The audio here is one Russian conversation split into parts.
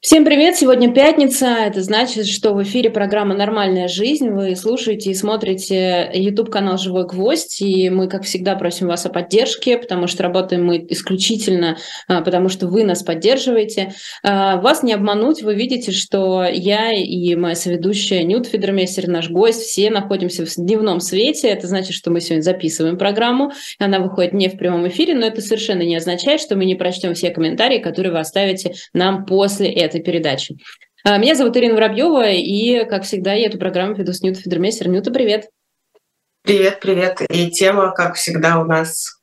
Всем привет! Сегодня пятница. Это значит, что в эфире программа «Нормальная жизнь». Вы слушаете и смотрите YouTube-канал «Живой гвоздь». И мы, как всегда, просим вас о поддержке, потому что работаем мы исключительно потому, что вы нас поддерживаете. Вас не обмануть. Вы видите, что я и моя соведущая Нюта Федермессер, наш гость, все находимся в дневном свете. Это значит, что мы сегодня записываем программу. Она выходит не в прямом эфире, но это совершенно не означает, что мы не прочтем все комментарии, которые вы оставите нам после этой передачи. Меня зовут Ирина Воробьева, и, как всегда, я эту программу веду с Нютой Федермессер. Нюта, привет! Привет, привет. И тема, как всегда, у нас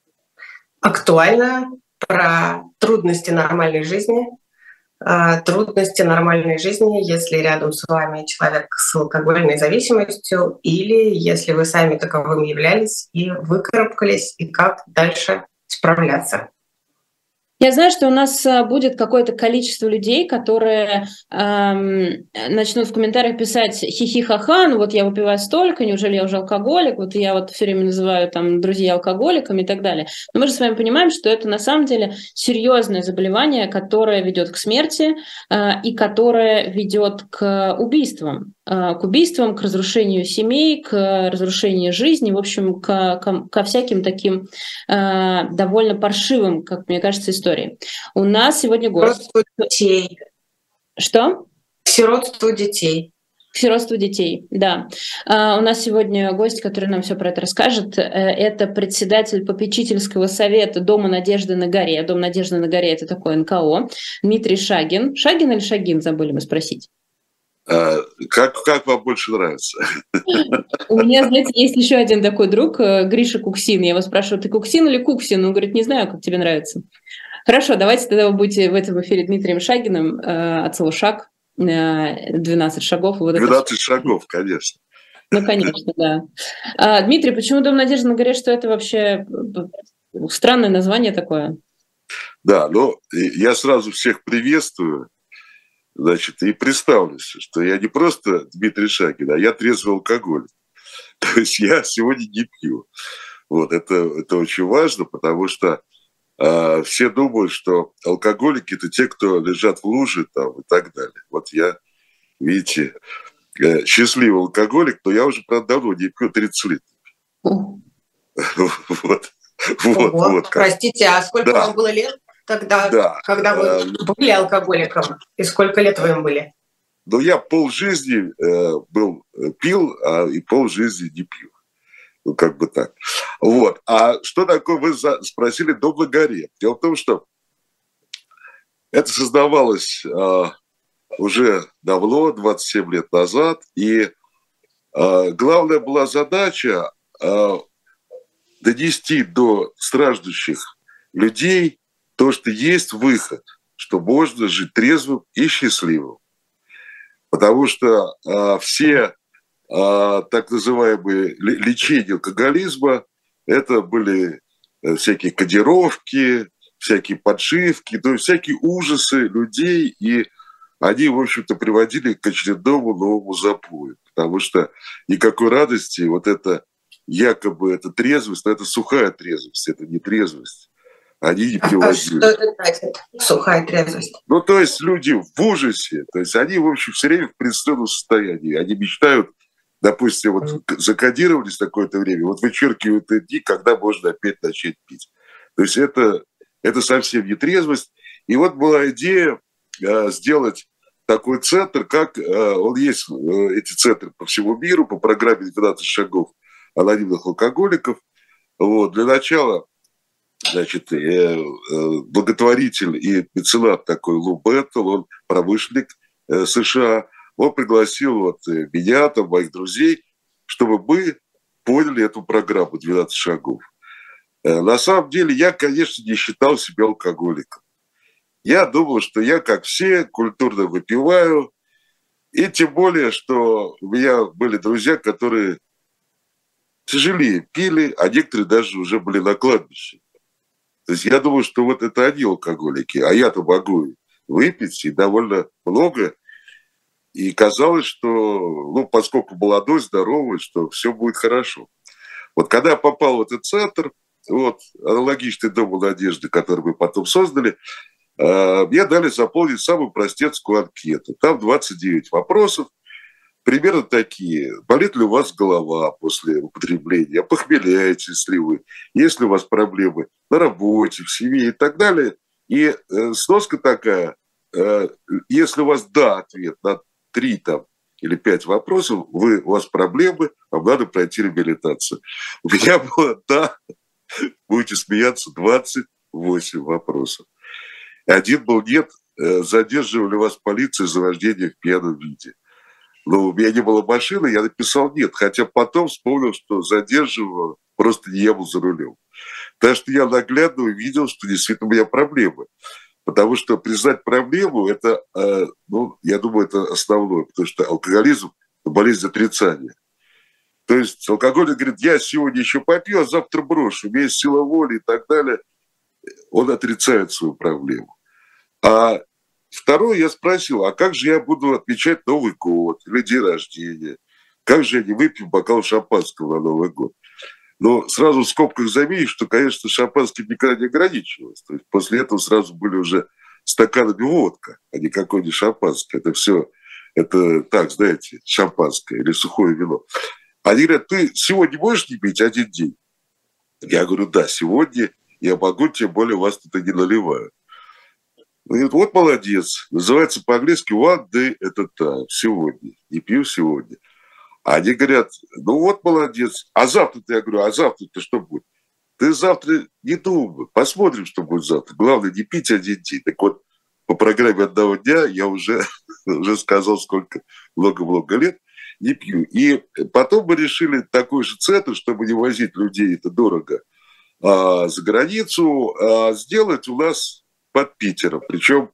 актуальна, про трудности нормальной жизни. Трудности нормальной жизни, если рядом с вами человек с алкогольной зависимостью, или если вы сами таковым являлись и выкарабкались, и как дальше справляться. Я знаю, что у нас будет какое-то количество людей, которые начнут в комментариях писать хихи-ха-ха, ну вот я выпиваю столько, неужели я уже алкоголик, вот я вот все время называю там друзей алкоголиками и так далее. Но мы же с вами понимаем, что это на самом деле серьезное заболевание, которое ведет к смерти и которое ведет к убийствам. К разрушению семей, к разрушению жизни, в общем, ко всяким таким довольно паршивым, как мне кажется, историям. У нас сегодня гость. Сиротство детей. Что? Сиротство детей. Сиротство детей, да. У нас сегодня гость, который нам все про это расскажет. Это председатель попечительского совета Дома Надежды на горе. Дом Надежды на горе — это такое НКО. Дмитрий Шагин. Шагин или Шагин, забыли мы спросить. Как вам больше нравится? У меня, знаете, есть еще один такой друг, Гриша Куксин. Я его спрашиваю, ты Куксин или Куксин? Он говорит, не знаю, как тебе нравится. Хорошо, давайте тогда вы будете в этом эфире Дмитрием Шагиным, от слова «шаг», 12 шагов. Вот 12 шагов, конечно. Ну, конечно, да. Дмитрий, почему Дом Надежды на горе, что это вообще странное название такое? Да, но я сразу всех приветствую. Значит, и представлюсь, что я не просто Дмитрий Шагин, а я трезвый алкоголик. То есть я сегодня не пью. Вот, это очень важно, потому что все думают, что алкоголики — это те, кто лежат в луже там, и так далее. Вот я, видите, счастливый алкоголик, но я уже, правда, давно не пью, 30 лет. Вот. Простите, а сколько вам было лет? Тогда, когда вы были алкоголиком, и сколько лет вы им были? Ну, я полжизни пил, и полжизни не пью. Ну, как бы так. Вот. А что такое, вы спросили, Дом на горе? Дело в том, что это создавалось уже давно, 27 лет назад, и главная была задача донести до страждущих людей то, что есть выход, что можно жить трезвым и счастливым. Потому что все так называемые лечения алкоголизма — это были всякие кодировки, всякие подшивки, то есть всякие ужасы людей, и они, в общем-то, приводили к очередному новому запою. Потому что никакой радости, вот это якобы это трезвость, но это сухая трезвость, это не трезвость. Они не приводили. Что это значит, сухая трезвость? Ну, то есть люди в ужасе, то есть они, в общем, все время в предстойном состоянии. Они мечтают, допустим, вот закодировались такое-то время, вот вычеркивают дни, когда можно опять начать пить. То есть это совсем не трезвость. И вот была идея сделать такой центр, как он есть, эти центры по всему миру, по программе 12 шагов анонимных алкоголиков. Вот. Для начала, значит, благотворитель и меценат такой Лу Беттл, он промышленник США, он пригласил вот меня, там, моих друзей, чтобы мы поняли эту программу 12 шагов. На самом деле я, конечно, не считал себя алкоголиком. Я думал, что я, как все, культурно выпиваю. И тем более, что у меня были друзья, которые тяжелее пили, а некоторые даже уже были на кладбище. То есть я думаю, что вот это они алкоголики, а я-то могу выпить и довольно много. И казалось, что, ну, поскольку молодой, здоровый, что все будет хорошо. Вот когда я попал в этот центр, вот, аналогичный Дому Надежды, который мы потом создали, мне дали заполнить самую простецкую анкету. Там 29 вопросов, примерно такие. Болит ли у вас голова после употребления? Похмеляетесь ли вы? Есть ли у вас проблемы на работе, в семье и так далее? И сноска такая, если у вас да ответ на 3 там, или 5 вопросов, у вас проблемы, вам надо пройти реабилитацию. У меня было да, будете смеяться, 28 вопросов. Один был нет, задерживали вас полиция за вождение в пьяном виде. Но у меня не было машины, я написал нет, хотя потом вспомнил, что задерживал, просто не я был за рулем. Так что я наглядно увидел, что действительно у меня проблемы. Потому что признать проблему, это, я думаю, это основное, потому что алкоголизм – болезнь отрицания. То есть алкоголик говорит, я сегодня еще попью, а завтра брошу, у меня есть сила воли и так далее. Он отрицает свою проблему. А второе, я спросил, а как же я буду отмечать Новый год или день рождения? Как же я не выпью бокал шампанского на Новый год? Но сразу в скобках заметить, что, конечно, шампанским никогда не ограничивалось. То есть после этого сразу были уже стаканами водка, а никакой не шампанское. Это все, это так, знаете, шампанское или сухое вино. Они говорят, ты сегодня можешь не пить один день? Я говорю, да, сегодня я могу, тем более вас тут и не наливают. Говорит, вот молодец. Называется по-английски one day at a time. Сегодня. Не пью сегодня. А они говорят, ну вот молодец. А завтра-то, я говорю, а завтра-то что будет? Ты завтра не думай. Посмотрим, что будет завтра. Главное, не пить один день. Так вот, по программе одного дня я уже сказал, сколько много-много лет не пью. И потом мы решили такой же центр, чтобы не возить людей, это дорого, за границу, сделать у нас под Питером. Причем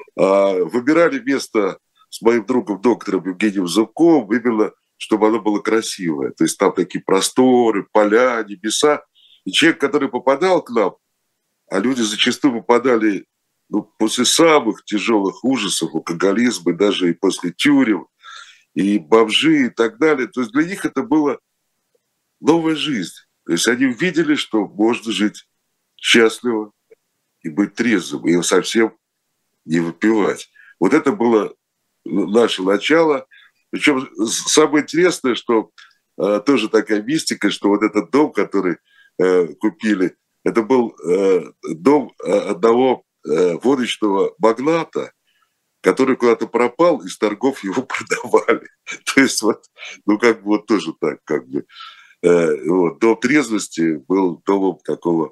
выбирали место с моим другом, доктором Евгением Зубковым, именно чтобы оно было красивое. То есть там такие просторы, поля, небеса. И человек, который попадал к нам, а люди зачастую попадали после самых тяжелых ужасов, алкоголизма, даже и после тюрем, и бомжи и так далее. То есть для них это была новая жизнь. То есть они увидели, что можно жить счастливо и быть трезвым, и совсем не выпивать. Вот это было наше начало. Причем самое интересное, что тоже такая мистика, что вот этот дом, который купили, это был дом одного водочного магната, который куда-то пропал, и с торгов его продавали. То есть вот, как бы вот тоже так, как бы. Вот. Дом трезвости был домом такого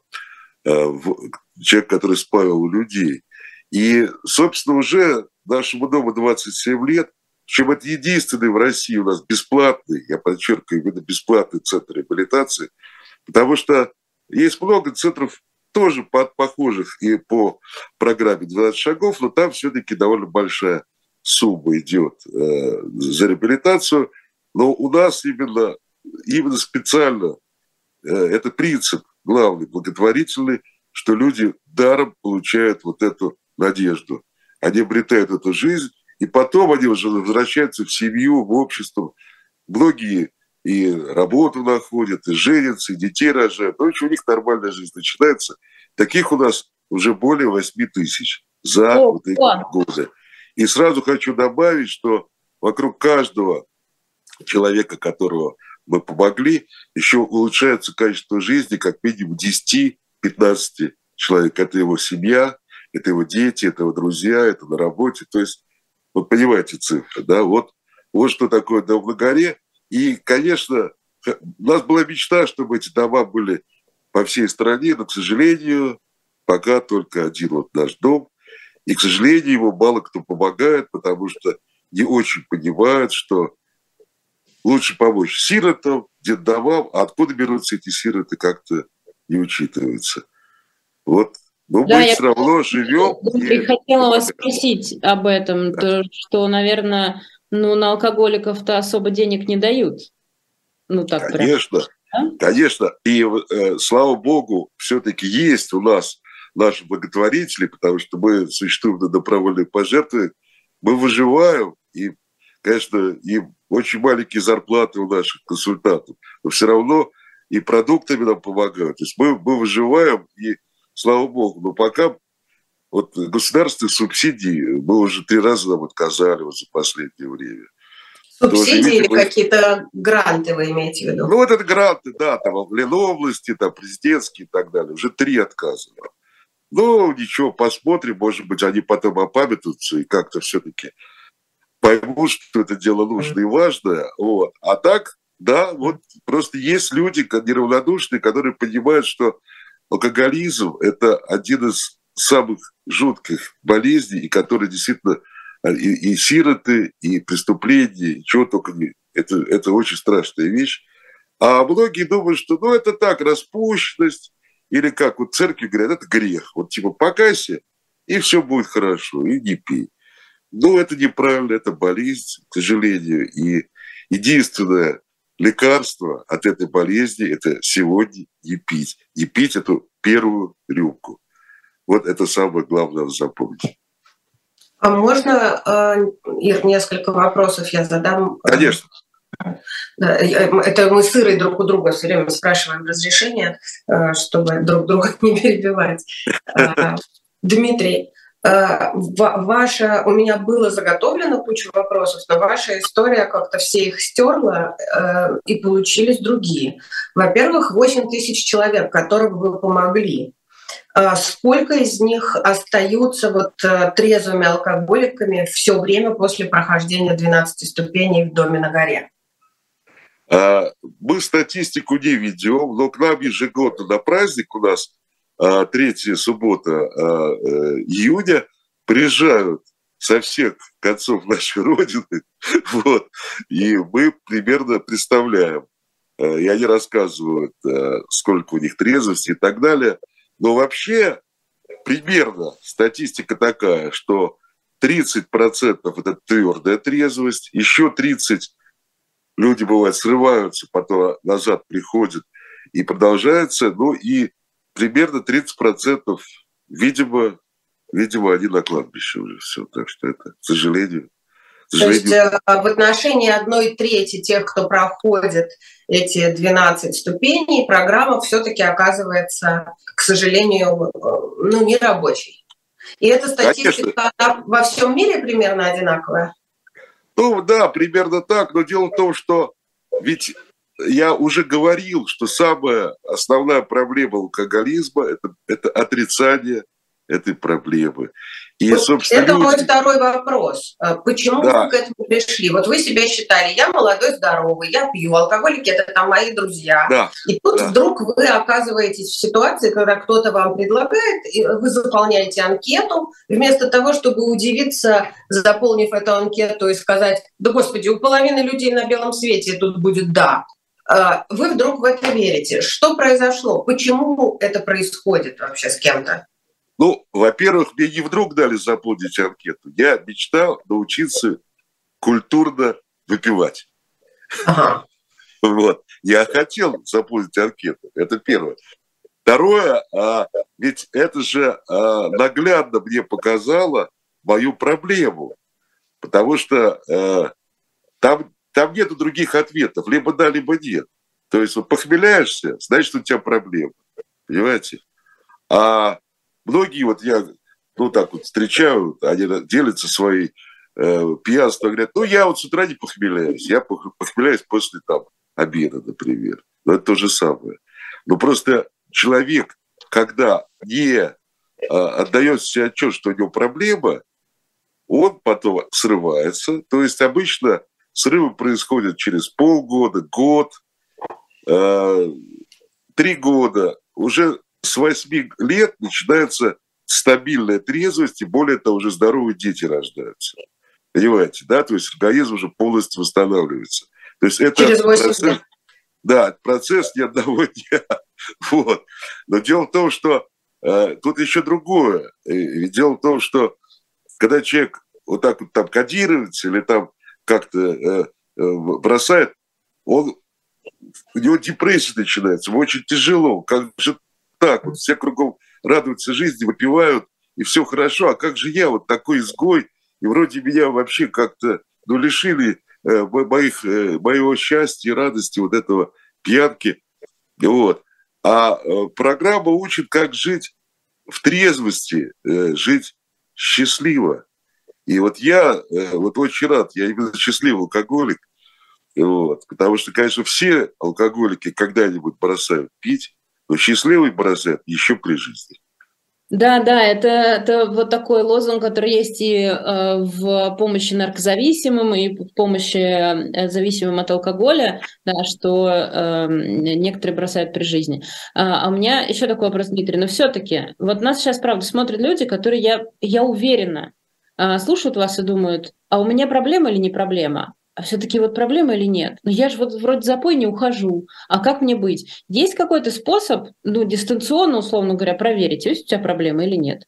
человека, который спаивал людей. И, собственно, уже нашему дому 27 лет, причем это единственный в России у нас бесплатный, я подчеркиваю, именно бесплатный центр реабилитации, потому что есть много центров тоже похожих и по программе 12 шагов, но там все-таки довольно большая сумма идет за реабилитацию. Но у нас именно специально это принцип главный, благотворительный, что люди даром получают вот эту надежду. Они обретают эту жизнь, и потом они уже возвращаются в семью, в общество. Многие и работу находят, и женятся, и детей рожают. Но у них нормальная жизнь начинается. Таких у нас уже более 8 тысяч за вот эти годы. И сразу хочу добавить, что вокруг каждого человека, которого мы помогли, еще улучшается качество жизни как минимум 10-15 человек. Это его семья, это его дети, это его друзья, это на работе. То есть, вот понимаете цифры, да? Вот что такое дом на горе. И, конечно, у нас была мечта, чтобы эти дома были по всей стране, но, к сожалению, пока только один вот наш дом. И, к сожалению, ему мало кто помогает, потому что не очень понимают, что лучше помочь сиротам, детдомам, а откуда берутся эти сироты, как-то не учитывается. Вот. Но да, мы все равно живем. И хотела вас спросить об этом, да. То, что, наверное, на алкоголиков-то особо денег не дают. Так конечно, прям. Да? Конечно. И слава богу, все-таки есть у нас наши благотворители, потому что мы существуем на добровольных пожертвованиях, мы выживаем, и, конечно, и очень маленькие зарплаты у наших консультантов, но все равно и продуктами нам помогают. То есть мы выживаем, и слава богу, но пока вот государственных субсидий мы уже 3 раза нам отказали вот за последнее время. Субсидии или какие-то гранты вы имеете в виду? Ну, вот это гранты, да, там в Ленобласти, там президентские и так далее. Уже 3 отказа. Ну, ничего, посмотрим, может быть, они потом опамятуются и как-то все-таки поймут, что это дело нужное и важное. Вот. А так, да, вот просто есть люди неравнодушные, которые понимают, что алкоголизм – это один из самых жутких болезней, и которые действительно и сироты, и преступления, и чего только не. Это очень страшная вещь. А многие думают, что ну это так, распущенность, или как вот в церкви говорят, это грех. Вот типа покайся, и все будет хорошо, и не пей. Ну это неправильно, это болезнь, к сожалению. И единственное лекарство от этой болезни – это сегодня не пить. Не пить эту первую рюмку. Вот это самое главное надо запомнить. А можно, Ир, несколько вопросов я задам? Конечно. Да, это мы с Ирой друг у друга все время спрашиваем разрешение, чтобы друг друга не перебивать. Дмитрий, у меня было заготовлено куча вопросов, но ваша история как-то все их стерла, и получились другие. Во-первых, 8 тысяч человек, которым вы помогли. Сколько из них остаются вот трезвыми алкоголиками все время после прохождения 12 ступеней в доме на горе? Мы статистику не ведем, но к нам ежегодно на праздник, у нас 3-я суббота июня, приезжают со всех концов нашей Родины, вот, и мы примерно представляем, и они рассказывают, сколько у них трезвости и так далее. Но вообще примерно статистика такая, что 30% это твердая трезвость, еще 30% люди, бывает, срываются, потом назад приходят и продолжается, ну и примерно 30%, видимо, они на кладбище уже все. Так что это, к сожалению. То есть в отношении 1/3 тех, кто проходит эти 12 ступеней, программа все-таки оказывается, к сожалению, ну, нерабочей. И эта статистика во всем мире примерно одинаковая? Ну да, примерно так. Но дело в том, что ведь я уже говорил, что самая основная проблема алкоголизма – это отрицание этой проблемы. И, вот собственно, это мой второй вопрос. Почему да. вы к этому пришли? Вот вы себя считали, я молодой, здоровый, я пью, алкоголики – это там мои друзья. Да. И тут вдруг вы оказываетесь в ситуации, когда кто-то вам предлагает, и вы заполняете анкету, вместо того, чтобы удивиться, заполнив эту анкету и сказать, да господи, у половины людей на белом свете тут будет «да». Вы вдруг в это верите. Что произошло? Почему это происходит вообще с кем-то? Ну, во-первых, мне не вдруг дали заполнить анкету. Я мечтал научиться культурно выпивать. Ага. Вот. Я хотел заполнить анкету. Это первое. Второе, ведь это же наглядно мне показало мою проблему. Потому что там нету других ответов. Либо да, либо нет. То есть вот похмеляешься, значит, у тебя проблема. Понимаете? А многие, вот я, ну так вот встречаю, они делятся своей пьянством, говорят, ну я вот с утра не похмеляюсь, я похмеляюсь после там обеда, например. Но это то же самое. Но просто человек, когда не отдает себе отчет, что у него проблема, он потом срывается. То есть обычно срывы происходят через полгода, год, 3 года. Уже с 8 лет начинается стабильная трезвость, и более того, уже здоровые дети рождаются. Понимаете, да? То есть организм уже полностью восстанавливается. То есть это через 8 лет. Да, процесс не одного дня. Вот. Но дело в том, что тут еще другое. И дело в том, что когда человек вот так вот там кодируется или там как-то бросает, у него депрессия начинается, ему очень тяжело. Как же так? Вот все кругом радуются жизни, выпивают, и все хорошо. А как же я вот такой изгой, и вроде меня вообще как-то лишили моего счастья и радости, вот этого пьянки. Вот. А программа учит, как жить в трезвости жить счастливо. И вот я вот очень рад, я именно счастливый алкоголик, вот, потому что, конечно, все алкоголики когда-нибудь бросают пить, но счастливый бросает еще при жизни. Да, да, это вот такой лозунг, который есть и в помощи наркозависимым, и в помощи зависимым от алкоголя, да, что некоторые бросают при жизни. А у меня еще такой вопрос, Дмитрий, но все-таки, вот нас сейчас, правда, смотрят люди, которые, я уверена, слушают вас и думают, а у меня проблема или не проблема? А все-таки вот проблема или нет? Ну я же вот вроде запой не ухожу, а как мне быть? Есть какой-то способ, ну, дистанционно, условно говоря, проверить, есть у тебя проблема или нет?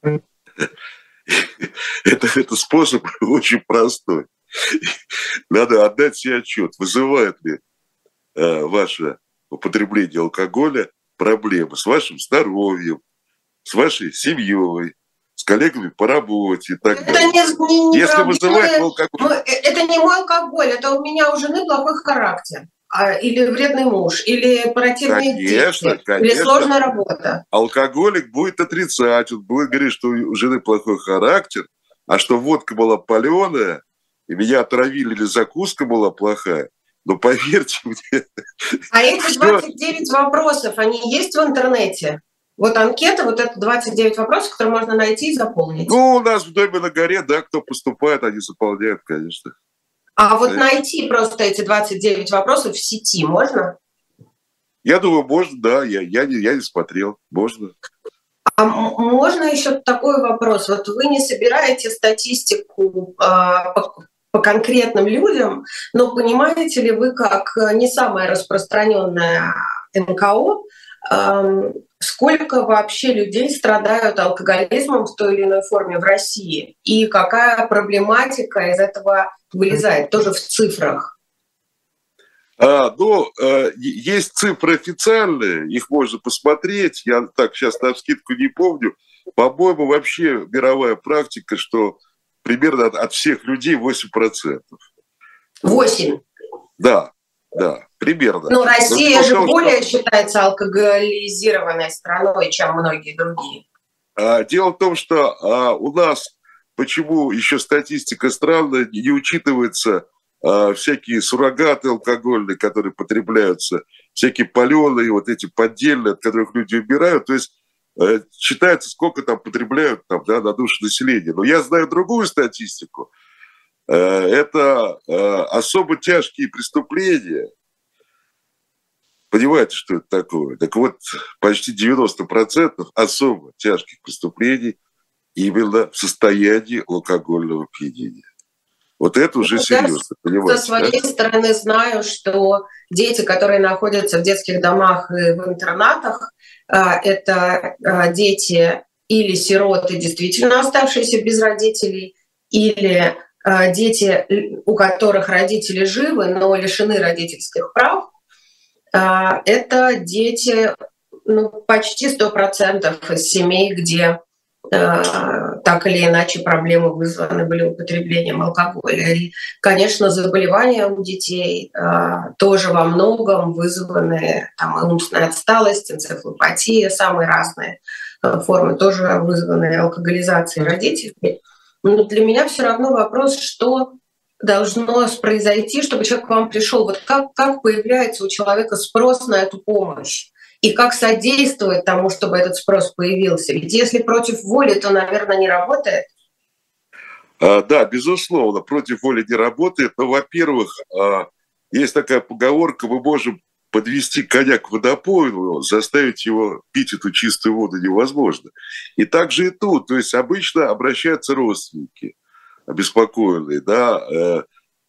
Это способ очень простой. Надо отдать себе отчет, вызывает ли ваше употребление алкоголя проблемы с вашим здоровьем, с вашей семьей, с коллегами по работе и так это далее. Если вызывает алкоголь... Это не мой алкоголь, это у меня у жены плохой характер. Или вредный муж, или противные дети, или сложная работа. Алкоголик будет отрицать, он будет говорить, что у жены плохой характер, а что водка была паленая, и меня отравили, или закуска была плохая. Но поверьте мне... А эти 29 вопросов, они есть в интернете? Вот анкета, вот это 29 вопросов, которые можно найти и заполнить. Ну, у нас в доме на горе, да, кто поступает, они заполняют, конечно. А вот найти просто эти 29 вопросов в сети можно? Я думаю, можно, да. Я не смотрел. Можно. А можно еще такой вопрос? Вот вы не собираете статистику по конкретным людям, но понимаете ли вы, как не самая распространенная НКО, сколько вообще людей страдают алкоголизмом в той или иной форме в России? И какая проблематика из этого вылезает, тоже в цифрах? Есть цифры официальные, их можно посмотреть. Я так сейчас навскидку не помню. По-моему, вообще мировая практика, что примерно от всех людей 8%. 8%? Да, примерно. Но Россия же более считается алкоголизированной страной, чем многие другие. Дело в том, что у нас, почему еще статистика странная, не учитывается всякие суррогаты алкогольные, которые потребляются, всякие паленые, вот эти поддельные, от которых люди умирают. То есть считается, сколько там потребляют там, да, на душу населения. Но я знаю другую статистику. Это особо тяжкие преступления. Понимаете, что это такое? Так вот, почти 90% особо тяжких преступлений именно в состоянии алкогольного опьянения. Вот это уже серьезно, понимаете? Со своей стороны знаю, что дети, которые находятся в детских домах и в интернатах, это дети или сироты, действительно оставшиеся без родителей, или дети, у которых родители живы, но лишены родительских прав. Это дети, почти 100% из семей, где так или иначе проблемы вызваны были употреблением алкоголя. И, конечно, заболевания у детей тоже во многом вызваны умственной отсталость, энцефалопатия, самые разные формы, тоже вызваны алкоголизацией родителей. Но для меня все равно вопрос, что должно произойти, чтобы человек к вам пришел. Вот как появляется у человека спрос на эту помощь? И как содействовать тому, чтобы этот спрос появился? Ведь если против воли, то, наверное, не работает. Да, безусловно, против воли не работает. Но, во-первых, есть такая поговорка: мы можем подвести коня к водопою, но заставить его пить эту чистую воду невозможно. И так же и тут. То есть обычно обращаются родственники обеспокоенные, да,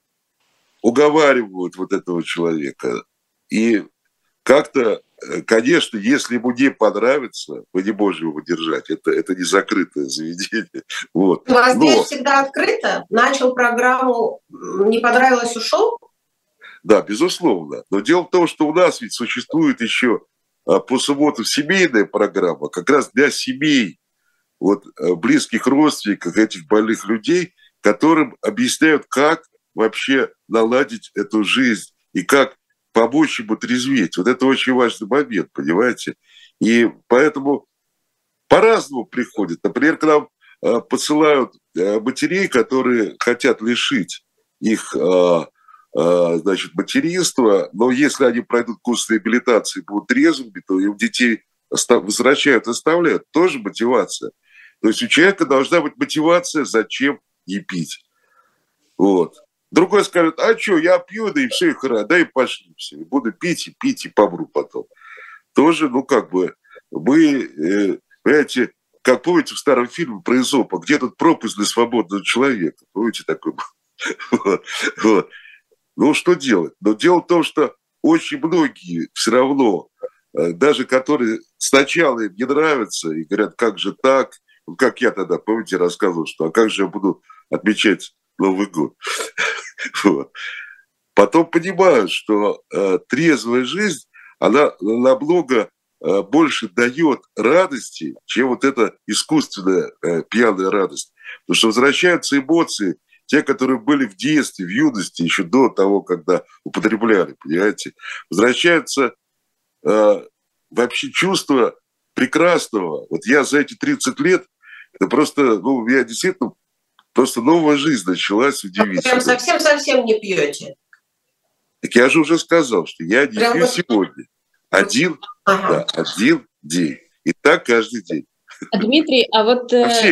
уговаривают вот этого человека. И как-то, конечно, если ему не понравится, мы не можем его держать. Это не закрытое заведение. Вот. У вас здесь всегда открыто? Начал программу, не понравилось, ушел? Да, безусловно. Но дело в том, что у нас ведь существует еще по субботам семейная программа, как раз для семей, вот, близких родственников этих больных людей, которым объясняют, как вообще наладить эту жизнь и как помочь ему трезветь. Вот это очень важный момент, понимаете? И поэтому по-разному приходят. Например, к нам посылают матерей, которые хотят лишить их значит, материнства, но если они пройдут курс реабилитации и будут трезвыми, то им детей возвращают, оставляют. Тоже мотивация. То есть у человека должна быть мотивация, зачем не пить. Вот. Другой скажет, а что, я пью, да и все, и хорошо, да и пошли все. Буду пить, и помру потом. Тоже, ну как бы, мы, понимаете, как помните в старом фильме про Эзопа, где тут пропасть для свободного человека? Помните такой? Вот. Ну, что делать? Но дело в том, что очень многие все равно, даже которые сначала им не нравятся и говорят, как же так, ну, как я тогда, помните, рассказывал, что а как же я буду отмечать Новый год? Вот. Потом понимают, что трезвая жизнь, она намного больше дает радости, чем вот эта искусственная пьяная радость. Потому что возвращаются эмоции, те, которые были в детстве, в юности, еще до того, когда употребляли, понимаете. Возвращаются вообще чувство прекрасного. Вот я за эти 30 лет, это просто, ну, у меня действительно просто новая жизнь началась удивительно. Прям совсем-совсем не пьете? Так я же уже сказал, что я не пью сегодня. Один день. И так каждый день. Дмитрий, а вот...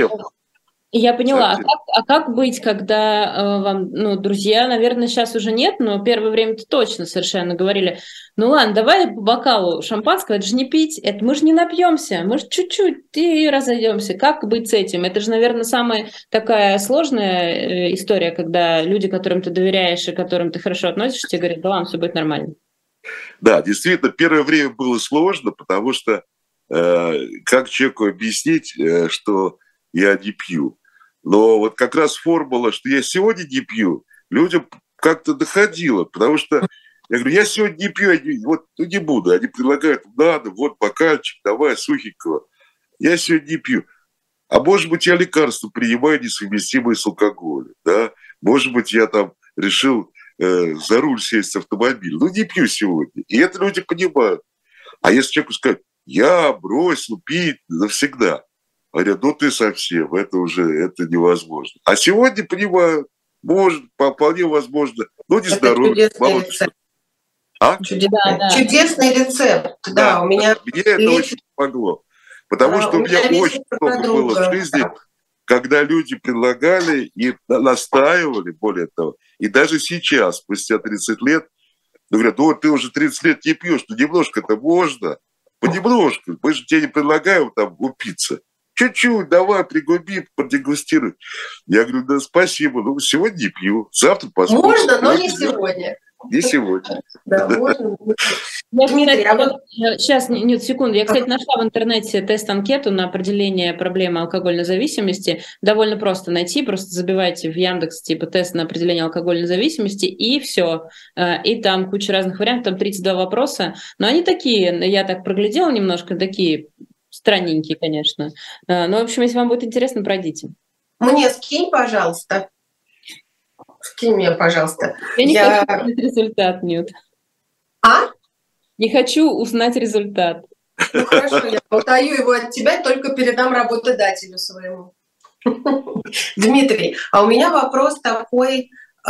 Я поняла. А как быть, когда вам, ну, друзья, наверное, сейчас уже нет, но первое время-то точно совершенно говорили, ну ладно, давай по бокалу шампанского, это же не пить, это мы же не напьемся, мы же чуть-чуть и разойдемся. Как быть с этим? Это же, наверное, самая такая сложная история, когда люди, которым ты доверяешь и к которым ты хорошо относишься, тебе говорят, да ладно, все будет нормально. Да, действительно, первое время было сложно, потому что как человеку объяснить, что я не пью? Но вот как раз формула, что я сегодня не пью, людям как-то доходило, потому что я говорю, я сегодня не пью, вот ну, не буду. Они предлагают, надо, вот бокальчик, давай, сухенького. Я сегодня не пью. А может быть, я лекарства принимаю, несовместимые с алкоголем, да? Может быть, я там решил за руль сесть в автомобиль. Ну, не пью сегодня. И это люди понимают. А если человеку сказать, я бросил пить навсегда, говорят, ну ты совсем, это невозможно. А сегодня, понимаю, может, вполне возможно, но не здоровье. Чудесный рецепт. Да, у меня... Мне это очень помогло. Потому что у меня очень много было в жизни, когда люди предлагали и настаивали, более того. И даже сейчас, спустя 30 лет, говорят, ну ты уже 30 лет не пьешь, ну немножко-то можно, понемножку. Мы же тебе не предлагаем там упиться. Чуть-чуть, давай, пригуби, продегустируй. Я говорю, да спасибо, ну сегодня не пью, завтра посмотрим. Можно, но не сегодня. Не сегодня. Да, можно. Сейчас, нет, секунду. Я, кстати, нашла в интернете тест-анкету на определение проблемы алкогольной зависимости. Довольно просто найти, просто забивайте в Яндекс типа тест на определение алкогольной зависимости, и все. И там куча разных вариантов, там 32 вопроса. Но они такие, я так проглядела немножко, такие странненькие, конечно. Но, в общем, если вам будет интересно, пройдите. Мне скинь, пожалуйста. Скинь мне, пожалуйста. Я не хочу узнать результат, Нют. А? Не хочу узнать результат. Ну хорошо, я утаю его от тебя, только передам работодателю своему. Дмитрий, а у меня вопрос такой.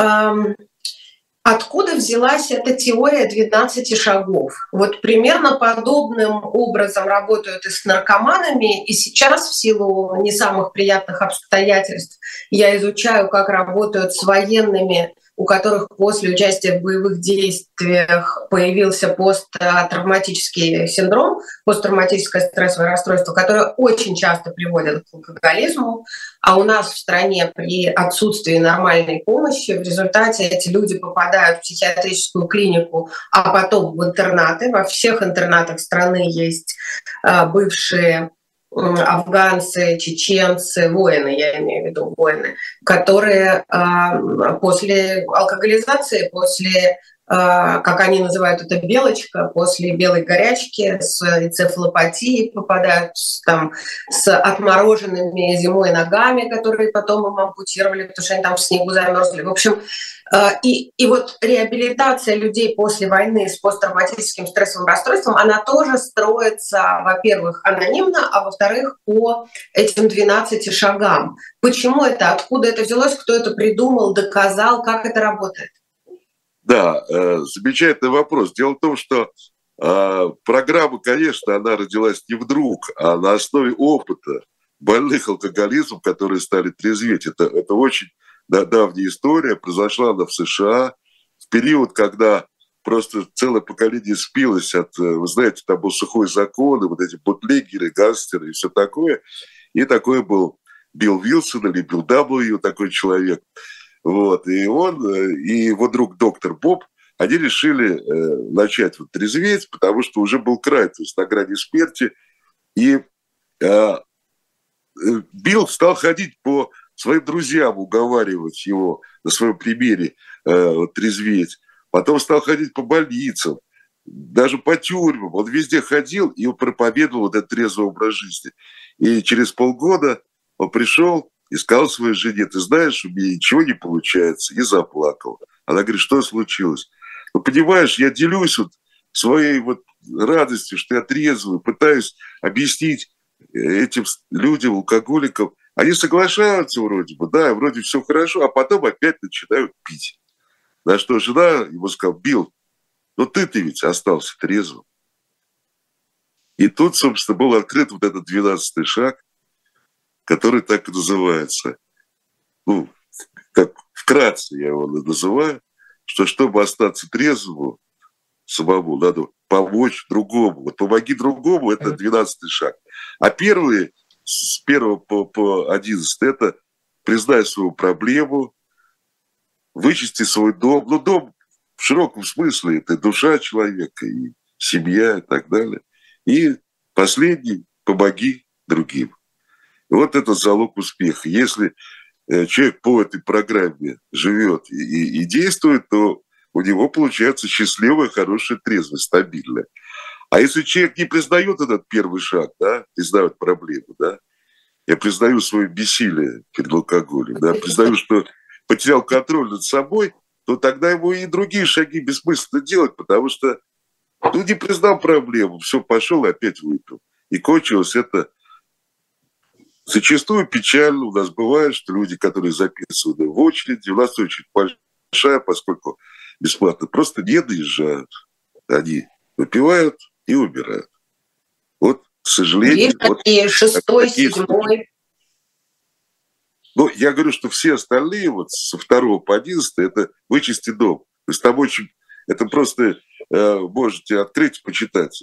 Откуда взялась эта теория 12 шагов? Вот примерно подобным образом работают и с наркоманами, и сейчас в силу не самых приятных обстоятельств я изучаю, как работают с военными, у которых после участия в боевых действиях появился посттравматический синдром, посттравматическое стрессовое расстройство, которое очень часто приводит к алкоголизму. А у нас в стране при отсутствии нормальной помощи в результате эти люди попадают в психиатрическую клинику, а потом в интернаты. Во всех интернатах страны есть бывшие афганцы, чеченцы, воины, я имею в виду воины, которые после алкоголизации, после как они называют это, белочка, после белой горячки с энцефалопатией попадают там с отмороженными зимой ногами, которые потом им ампутировали, потому что они там в снегу замерзли. В общем, и вот реабилитация людей после войны с посттравматическим стрессовым расстройством, она тоже строится, во-первых, анонимно, а во-вторых, по этим 12 шагам. Почему это? Откуда это взялось? Кто это придумал, доказал? Как это работает? Да, замечательный вопрос. Дело в том, что программа, конечно, она родилась не вдруг, а на основе опыта больных алкоголизмом, которые стали трезветь. Это очень давняя история. Произошла она в США в период, когда просто целое поколение спилось от, вы знаете, там был сухой закон, и вот эти бутлегеры, гангстеры и все такое. И такой был Билл Вилсон или Билл W, такой человек. Вот, и он, и его друг доктор Боб, они решили начать вот трезветь, потому что уже был край, то есть на грани смерти. И Билл стал ходить по своим друзьям, уговаривать его на своем примере трезветь. Потом стал ходить по больницам, даже по тюрьмам. Он везде ходил и проповедовал вот этот трезвый образ жизни. И через полгода он пришел и сказал своей жене: ты знаешь, у меня ничего не получается, и заплакал. Она говорит: что случилось? Ну, понимаешь, я делюсь вот своей вот радостью, что я трезвый, пытаюсь объяснить этим людям, алкоголикам. Они соглашаются вроде бы, да, вроде все хорошо, а потом опять начинают пить. На что жена ему сказала: Билл, ну ты ведь остался трезвым. И тут, собственно, был открыт вот этот 12-й шаг, который так и называется. Ну, как вкратце я его называю, что чтобы остаться трезвым самому, надо помочь другому. Вот помоги другому – это 12-й шаг. А первый, с 1 по 11 – это признай свою проблему, вычисти свой дом. Ну, дом в широком смысле – это душа человека, и семья, и так далее. И последний – помоги другим. Вот это залог успеха. Если человек по этой программе живет и действует, то у него получается счастливая, хорошая, трезвая, стабильная. А если человек не признает этот первый шаг, да, признает проблему, да, я признаю свое бессилие перед алкоголем, да, признаю, что потерял контроль над собой, то тогда ему и другие шаги бессмысленно делать, потому что ну, не признал проблему, все, пошел и опять выпил. И кончилось это зачастую печально. У нас бывает, что люди, которые записаны в очереди, у нас очень большая, поскольку бесплатно, просто не доезжают. Они выпивают и умирают. Вот, к сожалению... Есть такие, вот, 6-й, 7-й. Ну, я говорю, что все остальные, вот со 2 по 11, это вычисти дом. То есть там очень... Это просто можете открыть, почитать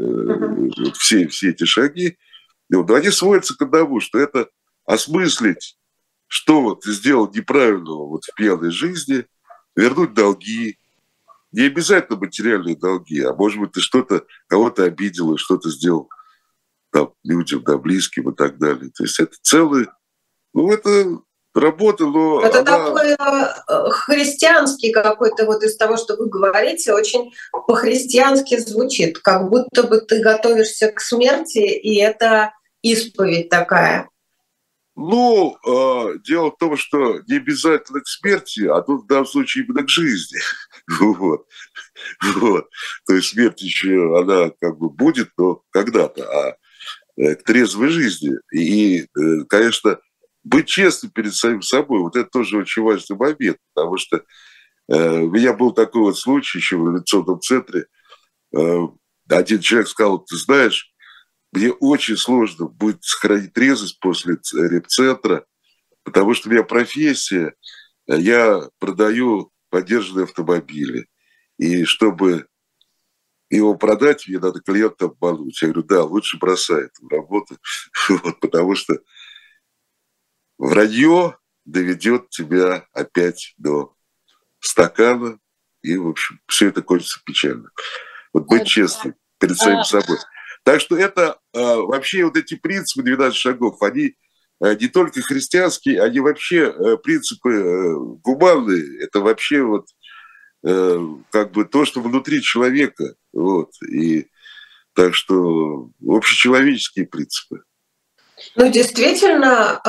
все эти шаги. Но они сводятся к одному, что это осмыслить, что вот ты сделал неправильного вот в пьяной жизни, вернуть долги. Не обязательно материальные долги, а может быть, ты что-то, кого-то обидел, и что-то сделал там, людям, да, близким и так далее. То есть это целый... Ну, это работа, но это она... такой христианский какой-то, вот из того, что вы говорите, очень по-христиански звучит, как будто бы ты готовишься к смерти, и это исповедь такая. Ну, дело в том, что не обязательно к смерти, а тут в данном случае именно к жизни. Вот. То есть смерть еще, она как бы будет, но когда-то, а к трезвой жизни. И, конечно, быть честным перед самим собой, вот это тоже очень важный момент, потому что у меня был такой вот случай еще в реабилитационном центре. Один человек сказал: ты знаешь, мне очень сложно будет сохранить трезвость после репцентра, потому что у меня профессия, я продаю подержанные автомобили. И чтобы его продать, мне надо клиента обмануть. Я говорю: да, лучше бросай эту работу, потому что вранье доведет тебя опять до стакана, и, в общем, все это кончится печально. Вот быть честным перед самим собой. Так что это вообще вот эти принципы 12 шагов, они не только христианские, они вообще принципы гуманные. Это вообще вот как бы то, что внутри человека. Вот. И так что общечеловеческие принципы. Ну, действительно,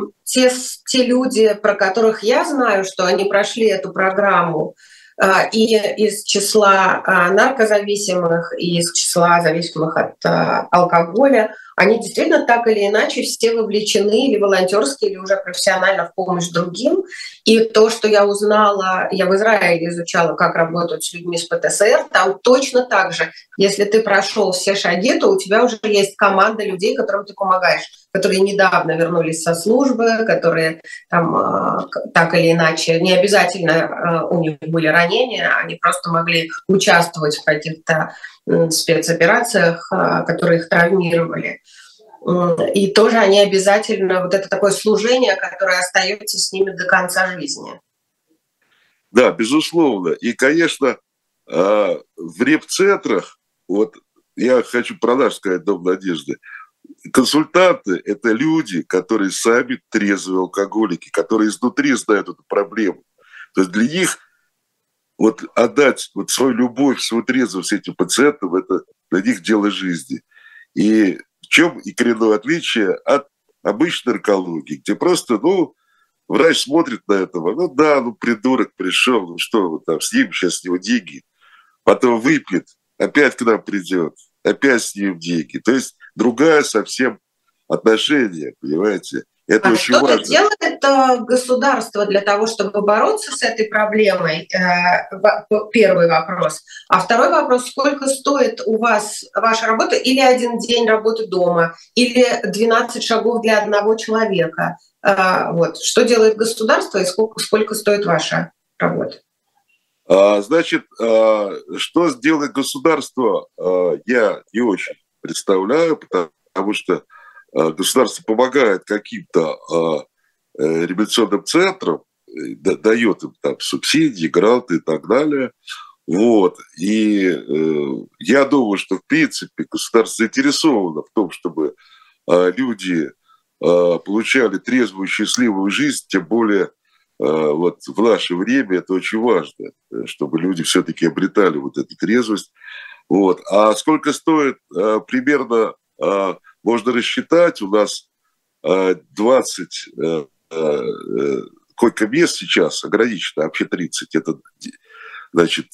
те люди, про которых я знаю, что они прошли эту программу, и из числа наркозависимых, и из числа зависимых от алкоголя, они действительно так или иначе все вовлечены или волонтерски, или уже профессионально в помощь другим. И то, что я узнала, я в Израиле изучала, как работают с людьми с ПТСР, там точно так же. Если ты прошел все шаги, то у тебя уже есть команда людей, которым ты помогаешь, которые недавно вернулись со службы, которые там так или иначе, не обязательно у них были ранения, они просто могли участвовать в каких-то спецоперациях, которые их травмировали. И тоже они обязательно, вот это такое служение, которое остается с ними до конца жизни. Да, безусловно. И, конечно, в реп-центрах, вот я хочу про наш сказать Дом Надежды, консультанты – это люди, которые сами трезвые алкоголики, которые изнутри знают эту проблему. То есть для них вот отдать вот свою любовь, свою трезвость этим пациентам – это для них дело жизни. И в чем и коренное отличие от обычной наркологии, где просто, врач смотрит на этого, придурок пришел, что там, снимем сейчас с него деньги, потом выпьет, опять к нам придет, опять снимем деньги. То есть другая совсем отношение, понимаете? Это очень важно. Что делает государство для того, чтобы бороться с этой проблемой? Первый вопрос. А второй вопрос, сколько стоит у вас ваша работа? Или один день работы дома? Или 12 шагов для одного человека? Вот. Что делает государство и сколько стоит ваша работа? Значит, что сделает государство, я не очень представляю, потому что государство помогает каким-то реабилитационным центрам, дает им там субсидии, гранты и так далее. Вот. И я думаю, что в принципе государство заинтересовано в том, чтобы люди получали трезвую, счастливую жизнь, тем более вот в наше время это очень важно, чтобы люди все-таки обретали вот эту трезвость. Вот. А сколько стоит примерно, можно рассчитать, у нас 20 койко-мест сейчас ограничено, вообще 30, это, значит,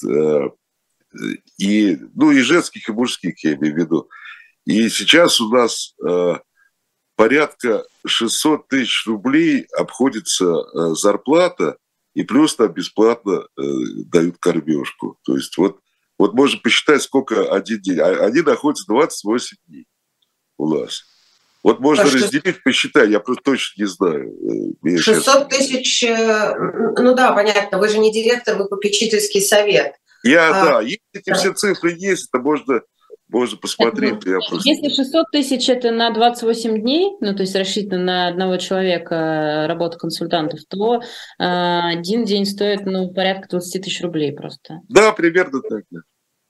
и женских, и мужских, я имею в виду. И сейчас у нас порядка 600 тысяч рублей обходится зарплата, и плюс там бесплатно дают кормежку. То есть вот можно посчитать, сколько один день. Они находятся 28 дней у нас. Вот можно разделить, посчитать, я просто точно не знаю. 600 тысяч, понятно, вы же не директор, вы попечительский совет. Если эти все цифры есть, это можно посмотреть. Если 600 тысяч это на 28 дней, то есть рассчитано на одного человека работа консультантов, то один день стоит порядка 20 тысяч рублей просто. Да, примерно так, да.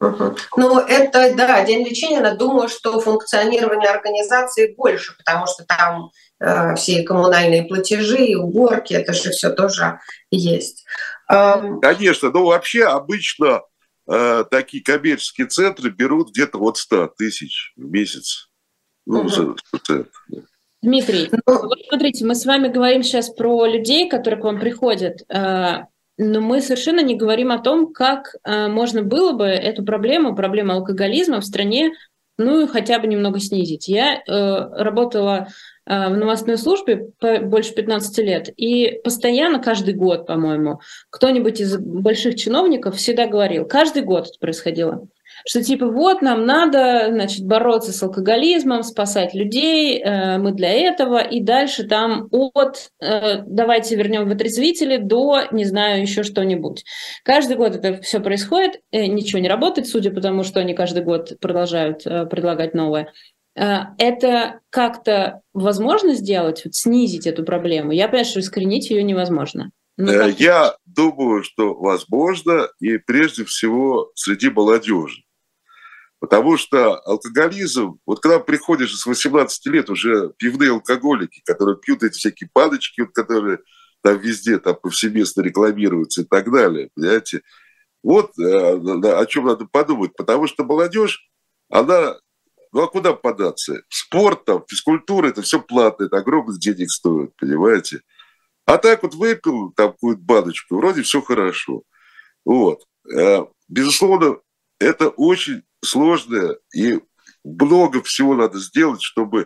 Это, день лечения, но думаю, что функционирование организации больше, потому что там все коммунальные платежи, уборки, это же все тоже есть. Конечно, вообще обычно такие коммерческие центры берут где-то 100 тысяч в месяц. За центр. Дмитрий, вот смотрите, мы с вами говорим сейчас про людей, которые к вам приходят, но мы совершенно не говорим о том, как можно было бы эту проблему алкоголизма в стране, хотя бы немного снизить. Я работала в новостной службе больше 15 лет, и постоянно, каждый год, по-моему, кто-нибудь из больших чиновников всегда говорил, каждый год это происходило, что нам надо, бороться с алкоголизмом, спасать людей, мы для этого, и дальше там давайте вернем в отрезвители до, не знаю, еще что-нибудь. Каждый год это все происходит, ничего не работает, судя по тому, что они каждый год продолжают предлагать новое. Это как-то возможно сделать, снизить эту проблему? Я понимаю, что искоренить ее невозможно. Я думаю, что возможно, и прежде всего среди молодежи. Потому что алкоголизм, вот когда приходишь с 18 лет, уже пивные алкоголики, которые пьют эти всякие баночки, которые там везде там повсеместно рекламируются и так далее, понимаете, Вот о чем надо подумать, потому что молодежь, она, ну а куда податься? Спорт, там, физкультура, это все платно, это огромных денег стоит, понимаете? А так вот выпил там какую-то баночку, вроде все хорошо. Вот. Безусловно, это очень сложно, и много всего надо сделать, чтобы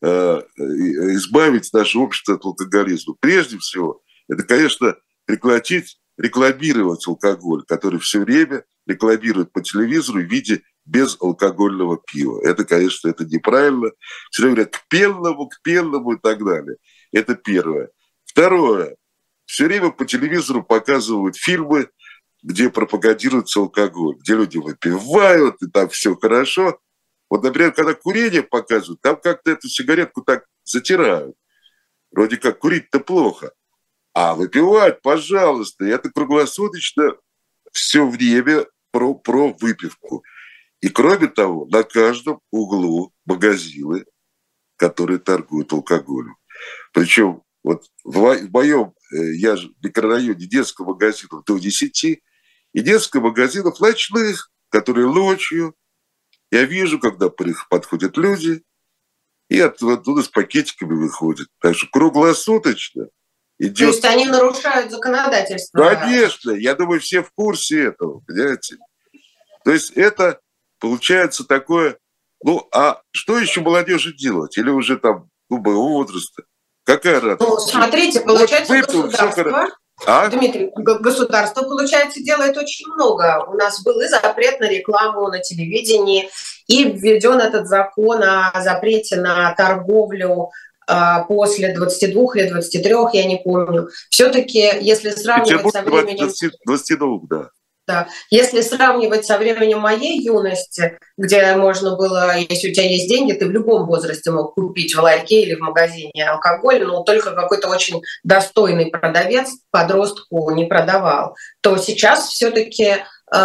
избавить наше общество от алкоголизма. Прежде всего, это, конечно, прекратить рекламировать алкоголь, который все время рекламируют по телевизору в виде безалкогольного пива. Это, конечно, это неправильно. Все время говорят к пенному и так далее. Это первое. Второе. Все время по телевизору показывают фильмы, где пропагандируется алкоголь, где люди выпивают, и там все хорошо. Вот, например, когда курение показывают, там как-то эту сигаретку так затирают. Вроде как курить-то плохо. А выпивать, пожалуйста, это круглосуточно все время про выпивку. И кроме того, на каждом углу магазины, которые торгуют алкоголем. Причем вот в моем, я же в микрорайоне детского магазина до 10, и детских магазинов ночных, которые ночью, я вижу, когда подходят люди, и оттуда с пакетиками выходят. Так что круглосуточно идет... То есть они нарушают законодательство? Конечно, я думаю, все в курсе этого, понимаете? То есть это получается такое... Ну, а что еще молодежи делать? Или уже там, моего возраста? Какая разница? Ну, смотрите, получается, вот выпил, государство... Дмитрий, государство, получается, делает очень много. У нас был и запрет на рекламу на телевидении, и введен этот закон о запрете на торговлю после 22 или 23, я не помню. Все-таки, если сравнивать со временем... 22, да. Да. Если сравнивать со временем моей юности, где можно было, если у тебя есть деньги, ты в любом возрасте мог купить в ларьке или в магазине алкоголь, но только какой-то очень достойный продавец подростку не продавал, то сейчас все-таки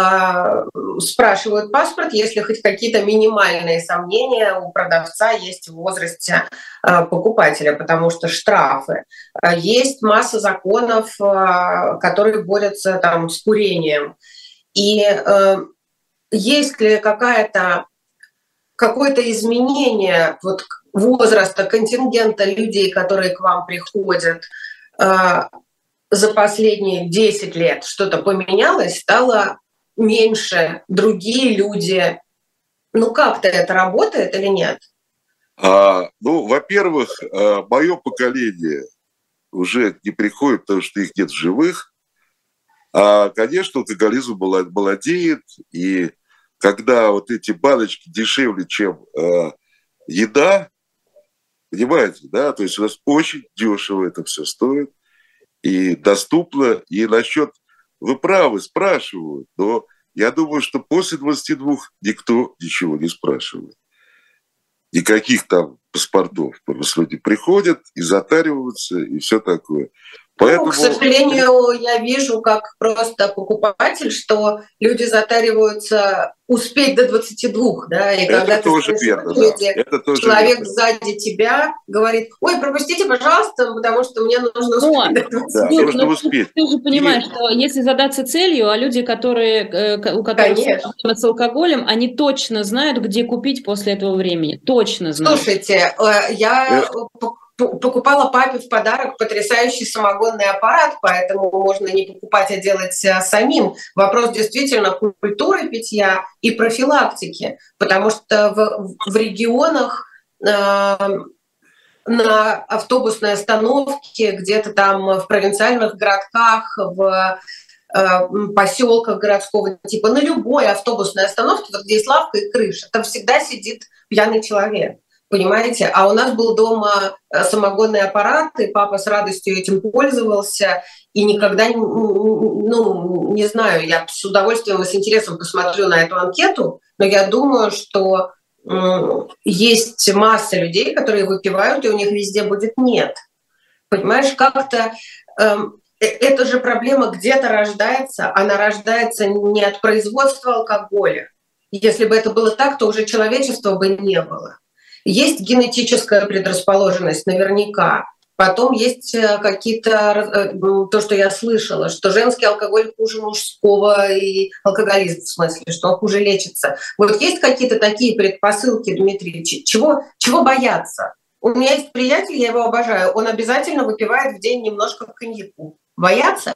спрашивают паспорт, если хоть какие-то минимальные сомнения у продавца есть в возрасте покупателя, потому что штрафы. Есть масса законов, которые борются там с курением. И есть ли какое-то изменение вот возраста, контингента людей, которые к вам приходят за последние 10 лет? Что-то поменялось, стало меньше, другие люди. Ну, как-то это работает или нет? Ну, во-первых, мое поколение уже не приходит, потому что их нет в живых. Конечно, алкоголизм молодеет, и когда вот эти баночки дешевле, чем еда, понимаете, да, то есть у нас очень дешево это все стоит, и доступно, и насчет... Вы правы, спрашивают, но я думаю, что после 22 никто ничего не спрашивает. Никаких там паспортов. Просто люди приходят и затариваются, и все такое. Поэтому... К сожалению, я вижу, как просто покупатель, что люди затариваются успеть до 22, да, и это когда тоже ты верно, люди, это тоже человек верно. Сзади тебя говорит: ой, пропустите, пожалуйста, потому что мне нужно успеть до 22. Да, нужно успеть. Ты же понимаешь, что если задаться целью, а люди, у которых проблемы с алкоголем, они точно знают, где купить после этого времени. Точно знают. Слушайте, я покупала папе в подарок потрясающий самогонный аппарат, поэтому можно не покупать, а делать самим. Вопрос действительно культуры питья и профилактики, потому что в регионах на автобусной остановке, где-то там в провинциальных городках, в поселках городского типа, на любой автобусной остановке, вот где есть лавка и крыша, там всегда сидит пьяный человек. Понимаете? А у нас был дома самогонный аппарат, и папа с радостью этим пользовался, и никогда, не знаю, я с удовольствием и с интересом посмотрю на эту анкету, но я думаю, что есть масса людей, которые выпивают, и у них везде будет нет. Понимаешь, как-то эта же проблема где-то рождается, она рождается не от производства алкоголя. Если бы это было так, то уже человечества бы не было. Есть генетическая предрасположенность наверняка, Потом есть какие-то, то, что я слышала, что женский алкоголь хуже мужского, и алкоголизм в смысле, что он хуже лечится. Вот есть какие-то такие предпосылки, Дмитрий, чего бояться? У меня есть приятель, я его обожаю, он обязательно выпивает в день немножко коньяку. Бояться?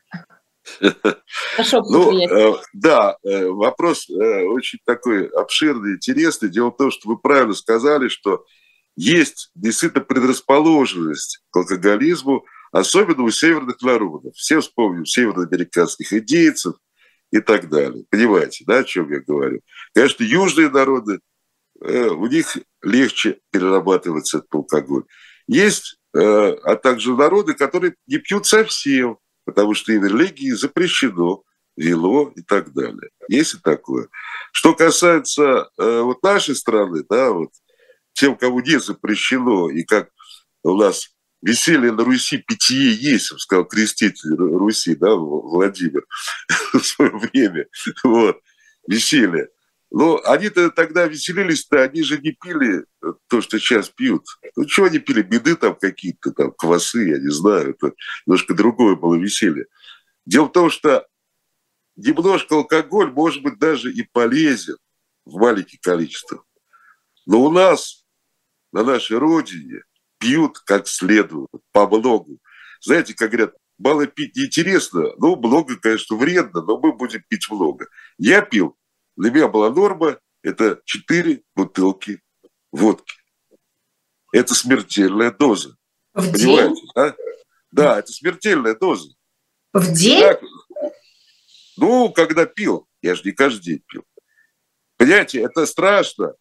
Да, вопрос очень такой обширный, интересный. Дело в том, что вы правильно сказали, что есть действительно предрасположенность к алкоголизму, особенно у северных народов. Все вспомним североамериканских индейцев и так далее. Понимаете, да, о чем я говорю? Конечно, южные народы, у них легче перерабатывается этот алкоголь. Есть, а также народы, которые не пьют совсем, потому что и в религии запрещено вино и так далее. Есть и такое. Что касается вот нашей страны, да, вот тем, кому не запрещено, и как у нас веселье на Руси, питье есть, сказал креститель Руси, да, Владимир, в свое время, вот, веселье. Но они-то тогда веселились-то, они же не пили то, что сейчас пьют. Ну, чего они пили? Беды там какие-то, там, квасы, я не знаю. Это немножко другое было веселье. Дело в том, что немножко алкоголь может быть даже и полезен в маленьких количествах. Но у нас, на нашей родине, пьют как следует, по многу. Знаете, как говорят, мало пить неинтересно, ну, много, конечно, вредно, но мы будем пить много. Я пил. Для меня была норма, это 4 бутылки водки. Это смертельная доза. В понимаете, день? Да? Да, это смертельная доза. В день? Так, ну, когда пил, я же не каждый день пил. Понимаете, это страшно.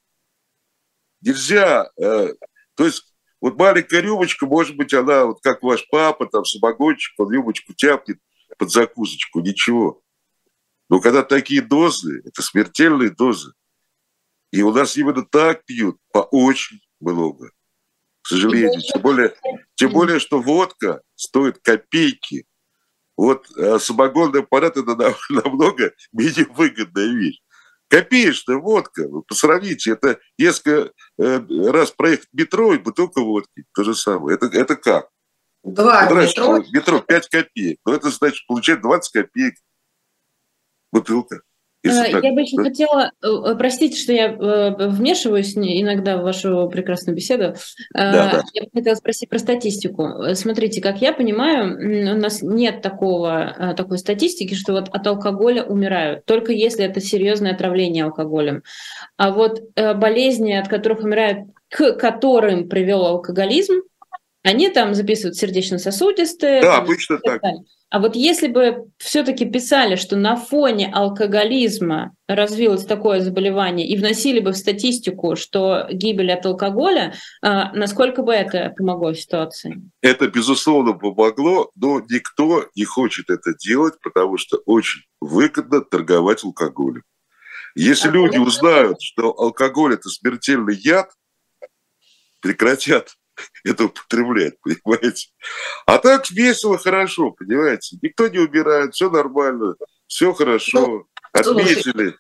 Нельзя. То есть вот маленькая рюмочка, может быть, она, вот как ваш папа, там, самогончик, он рюмочку тяпнет под закусочку, ничего. Но когда такие дозы, это смертельные дозы. И у нас именно так пьют, по очень много, к сожалению. Тем более, что водка стоит копейки. Вот самогонный аппарат – это намного менее выгодная вещь. Копеечная водка, вы посравните, это несколько раз проехать в метро и бутылка водки, то же самое. Это как? 2 метро? Метро 5 копеек, но это значит получать 20 копеек бутылка. Я бы еще хотела, простите, что я вмешиваюсь иногда в вашу прекрасную беседу. Да. Я бы хотела спросить про статистику. Смотрите, как я понимаю, у нас нет такой статистики, что вот от алкоголя умирают, только если это серьезное отравление алкоголем. А вот болезни, от которых умирают, к которым привел алкоголизм, они там записывают сердечно-сосудистые. Да, обычно так. А вот если бы все-таки писали, что на фоне алкоголизма развилось такое заболевание и вносили бы в статистику, что гибель от алкоголя, насколько бы это помогло в ситуации? Это, безусловно, помогло, но никто не хочет это делать, потому что очень выгодно торговать алкоголем. Если люди узнают, что алкоголь – это смертельный яд, прекратят это употреблять, понимаете? А так весело, хорошо, понимаете? Никто не умирает, все нормально, все хорошо, отметили.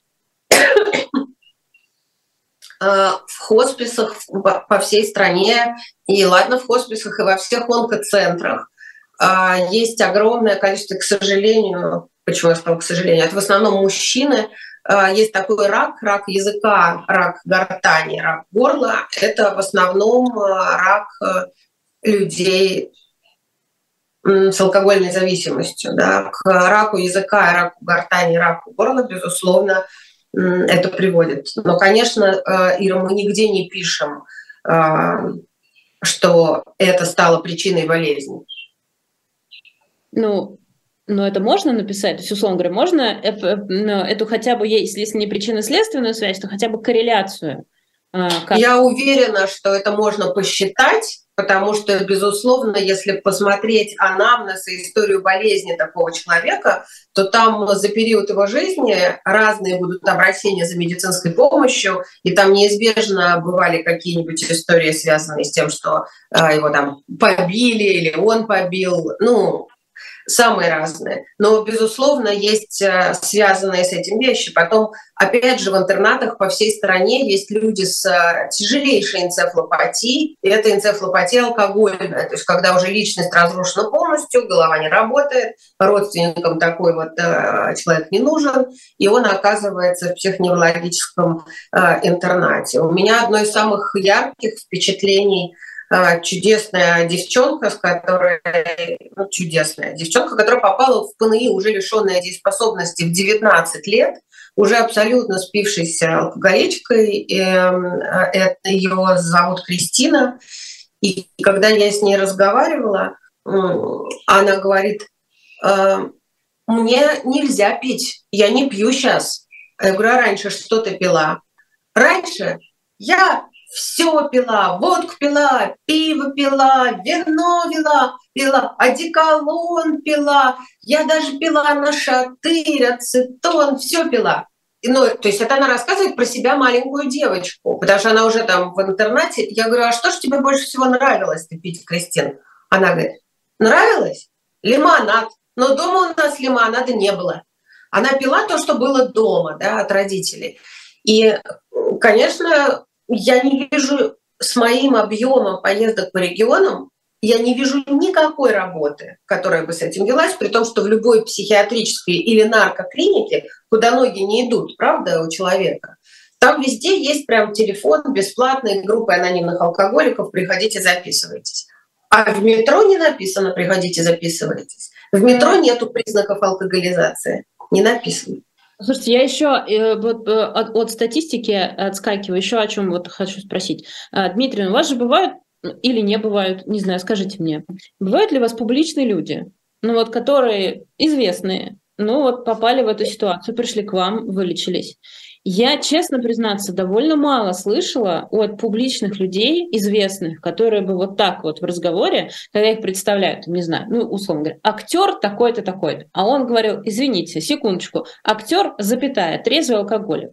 В хосписах по всей стране, и ладно в хосписах, и во всех онкоцентрах есть огромное количество, к сожалению, почему я сказала к сожалению, это в основном мужчины. Есть такой рак языка, рак гортани, рак горла. Это в основном рак людей с алкогольной зависимостью. Да. К раку языка, раку гортани, раку горла, безусловно, это приводит. Но, конечно, Ира, мы нигде не пишем, что это стало причиной болезни. Но это можно написать? То есть, условно говоря, можно эту хотя бы, если не причинно-следственную связь, то хотя бы корреляцию? Я уверена, что это можно посчитать, потому что, безусловно, если посмотреть анамнез и историю болезни такого человека, то там за период его жизни разные будут обращения за медицинской помощью, и там неизбежно бывали какие-нибудь истории, связанные с тем, что его там побили или он побил. самые разные. Но, безусловно, есть связанные с этим вещи. Потом, опять же, в интернатах по всей стране есть люди с тяжелейшей энцефалопатией, и это энцефалопатия алкогольная, то есть когда уже личность разрушена полностью, голова не работает, родственникам такой вот человек не нужен, и он оказывается в психоневрологическом интернате. У меня одно из самых ярких впечатлений — чудесная девчонка, чудесная девчонка, которая попала в ПНИ, уже лишенная дееспособности в 19 лет, уже абсолютно спившейся алкоголичкой. Ее зовут Кристина. И когда я с ней разговаривала, она говорит: мне нельзя пить, я не пью сейчас. Я говорю: а раньше что ты пила? Раньше я все пила, водку пила, пиво пила, вино пила, одеколон пила, я даже пила нашатырь, ацетон, все пила. Ну, то есть это она рассказывает про себя, маленькую девочку, потому что она уже там в интернате. Я говорю: а что же тебе больше всего нравилось пить, Кристин? Она говорит: нравилось? Лимонад. Но дома у нас лимонада не было. Она пила то, что было дома, да, от родителей. И, конечно, я не вижу с моим объемом поездок по регионам, я не вижу никакой работы, которая бы с этим велась, при том, что в любой психиатрической или наркоклинике, куда ноги не идут, правда, у человека, там везде есть прям телефон бесплатной группы анонимных алкоголиков, приходите, записывайтесь. А в метро не написано «приходите, записывайтесь». В метро нету признаков алкоголизации, не написано. Слушайте, я еще от статистики отскакиваю, еще о чем вот хочу спросить. Дмитрий, у вас же бывают или не бывают, не знаю, скажите мне, бывают ли у вас публичные люди, которые известные, попали в эту ситуацию, пришли к вам, вылечились? Я, честно признаться, довольно мало слышала от публичных людей, известных, которые бы вот так вот в разговоре, когда их представляют, не знаю, условно говоря, актер такой-то, такой-то, а он говорил: извините, секундочку, актер, запятая, трезвый алкоголик.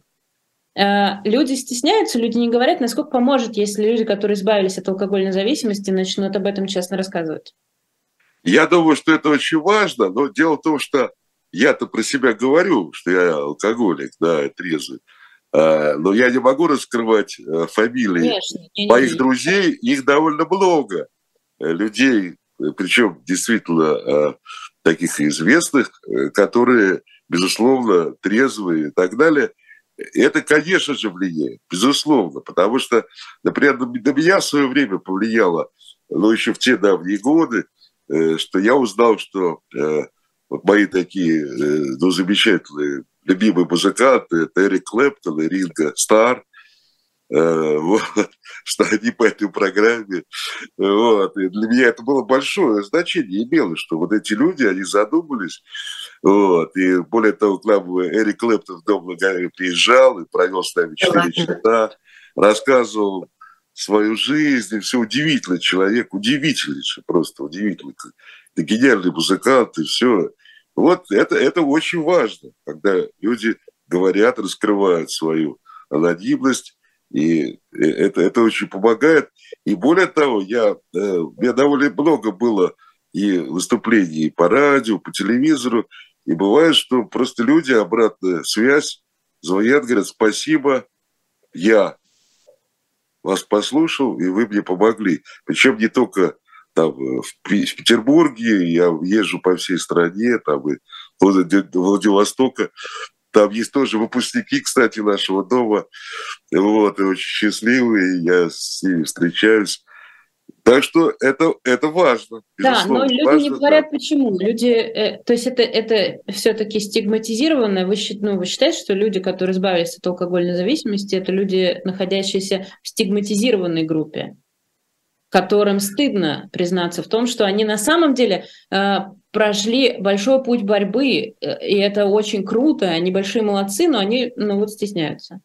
Люди стесняются, люди не говорят, насколько поможет, если люди, которые избавились от алкогольной зависимости, начнут об этом честно рассказывать. Я думаю, что это очень важно, но дело в том, что я-то про себя говорю, что я алкоголик, да, трезвый, но я не могу раскрывать фамилии моих друзей, их довольно много людей, причем действительно таких известных, которые, безусловно, трезвые и так далее. Это, конечно же, влияет, безусловно, потому что, например, на меня в свое время повлияло, еще в те давние годы, что я узнал, что вот мои такие замечательные любимые музыканты, это Эрик Клэптон и Ринго Стар, что они по этой программе. И для меня это было большое значение, имело, что вот эти люди, они задумались. И более того, к нам Эрик Клэптон в дом приезжал и провел с нами 4 часа, рассказывал свою жизнь. Все удивительный человек, удивительнейший, просто удивительный. Это гениальный музыкант и все. Вот это очень важно, когда люди говорят, раскрывают свою анонимность, и это очень помогает. И более того, у меня довольно много было и выступлений по радио, по телевизору, и бывает, что просто люди, обратная связь, звонят, говорят: спасибо, я вас послушал, и вы мне помогли. Причем не только там, в Петербурге, я езжу по всей стране, там и Владивостока. Там есть тоже выпускники, кстати, нашего дома. И очень счастливые, я с ними встречаюсь. Так что это важно. Да, но люди важно, не говорят, почему. Люди, то есть это все-таки стигматизированное. Вы считаете, что люди, которые избавились от алкогольной зависимости, это люди, находящиеся в стигматизированной группе, которым стыдно признаться в том, что они на самом деле прошли большой путь борьбы, и это очень круто, они большие молодцы, но они стесняются.